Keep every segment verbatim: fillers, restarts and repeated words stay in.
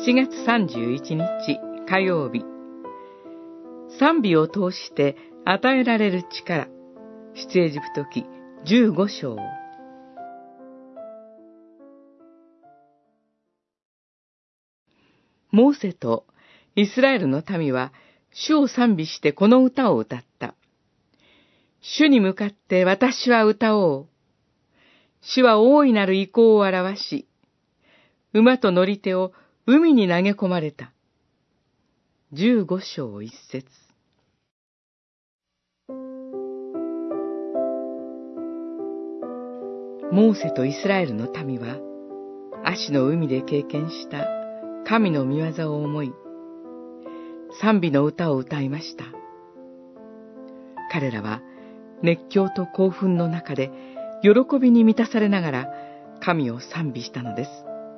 しちがつさんじゅういちにち火曜日、賛美を通して与えられる力、出エジプト記じゅうごしょう。モーセとイスラエルの民は主を賛美してこの歌を歌った。主に向かって私は歌おう。主は大いなる意向を表し、馬と乗り手を海に投げ込まれた。じゅうごしょう一節。モーセとイスラエルの民は、アシの海で経験した神の御業を思い、賛美の歌を歌いました。彼らは熱狂と興奮の中で喜びに満たされながら神を賛美したのです。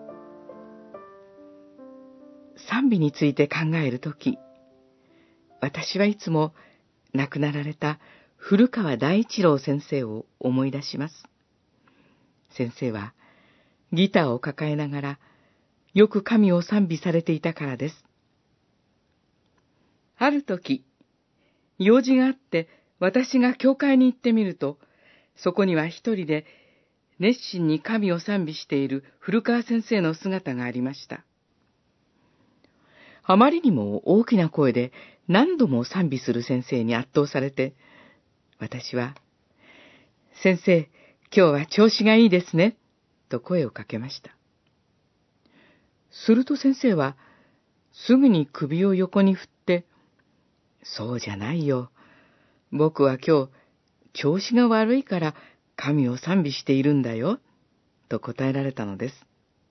賛美について考えるとき、私はいつも亡くなられた古川大一郎先生を思い出します。先生はギターを抱えながらよく神を賛美されていたからです。あるとき、用事があって私が教会に行ってみると、そこには一人で熱心に神を賛美している古川先生の姿がありました。あまりにも大きな声で何度も賛美する先生に圧倒されて、私は、先生、今日は調子がいいですね、と声をかけました。すると先生は、すぐに首を横に振って、そうじゃないよ。僕は今日、調子が悪いから神を賛美しているんだよ、と答えられたのです。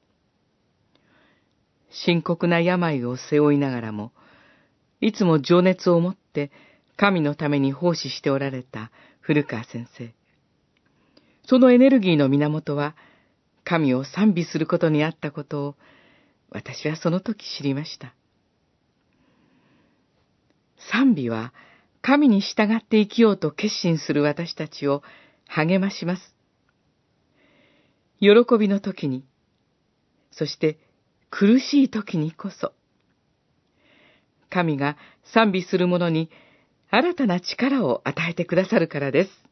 深刻な病を背負いながらも、いつも情熱を持って神のために奉仕しておられた古川先生。そのエネルギーの源は、神を賛美することにあったことを、私はその時知りました。賛美は、神に従って生きようと決心する私たちを励まします。喜びの時に、そして苦しい時にこそ、神が賛美する者に新たな力を与えてくださるからです。